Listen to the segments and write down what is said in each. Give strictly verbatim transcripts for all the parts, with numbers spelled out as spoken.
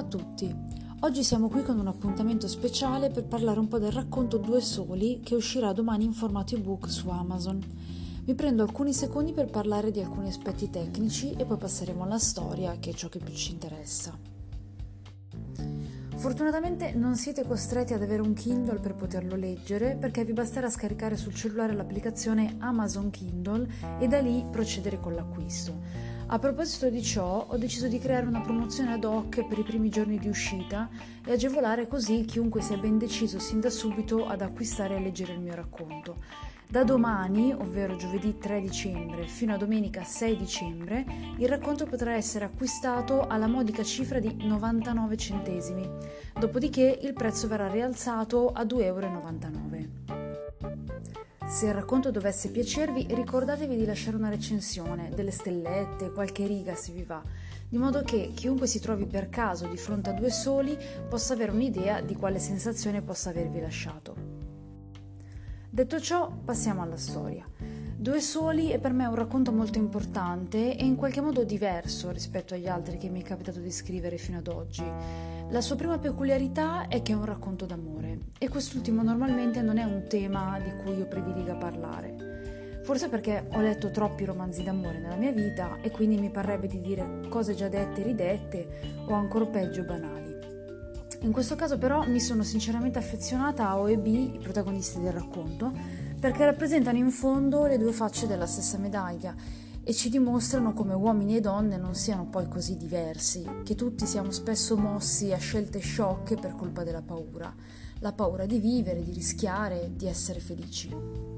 tutti, oggi siamo qui con un appuntamento speciale per parlare un po' del racconto Due Soli che uscirà domani in formato ebook su Amazon. Vi prendo alcuni secondi per parlare di alcuni aspetti tecnici e poi passeremo alla storia, che è ciò che più ci interessa. Fortunatamente non siete costretti ad avere un Kindle per poterlo leggere, perché vi basterà scaricare sul cellulare l'applicazione Amazon Kindle e da lì procedere con l'acquisto. A proposito di ciò, ho deciso di creare una promozione ad hoc per i primi giorni di uscita e agevolare così chiunque sia ben deciso sin da subito ad acquistare e leggere il mio racconto. Da domani, ovvero giovedì tre dicembre, fino a domenica sei dicembre, il racconto potrà essere acquistato alla modica cifra di novantanove centesimi. Dopodiché il prezzo verrà rialzato a due virgola novantanove euro. Se il racconto dovesse piacervi, ricordatevi di lasciare una recensione, delle stellette, qualche riga se vi va, di modo che chiunque si trovi per caso di fronte a Due Soli possa avere un'idea di quale sensazione possa avervi lasciato. Detto ciò, passiamo alla storia. Due Soli è per me un racconto molto importante e in qualche modo diverso rispetto agli altri che mi è capitato di scrivere fino ad oggi. La sua prima peculiarità è che è un racconto d'amore e quest'ultimo normalmente non è un tema di cui io prediliga parlare. Forse perché ho letto troppi romanzi d'amore nella mia vita e quindi mi parrebbe di dire cose già dette e ridette o ancora peggio banali. In questo caso però mi sono sinceramente affezionata a O e B, i protagonisti del racconto, perché rappresentano in fondo le due facce della stessa medaglia e ci dimostrano come uomini e donne non siano poi così diversi, che tutti siamo spesso mossi a scelte sciocche per colpa della paura, la paura di vivere, di rischiare, di essere felici.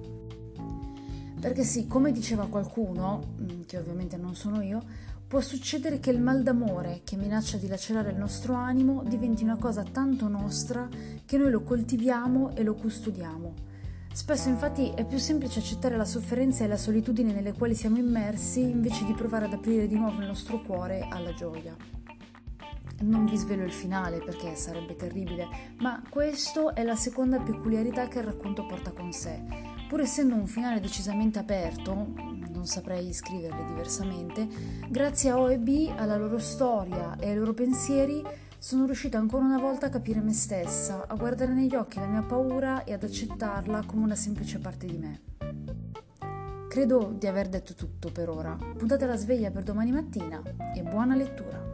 Perché sì, come diceva qualcuno, che ovviamente non sono io, può succedere che il mal d'amore che minaccia di lacerare il nostro animo diventi una cosa tanto nostra che noi lo coltiviamo e lo custodiamo. Spesso infatti è più semplice accettare la sofferenza e la solitudine nelle quali siamo immersi invece di provare ad aprire di nuovo il nostro cuore alla gioia. Non vi svelo il finale perché sarebbe terribile, ma questo è la seconda peculiarità che il racconto porta con sé. Pur essendo un finale decisamente aperto, non saprei scriverle diversamente, grazie a O e B, alla loro storia e ai loro pensieri, sono riuscita ancora una volta a capire me stessa, a guardare negli occhi la mia paura e ad accettarla come una semplice parte di me. Credo di aver detto tutto per ora. Puntate la sveglia per domani mattina e buona lettura!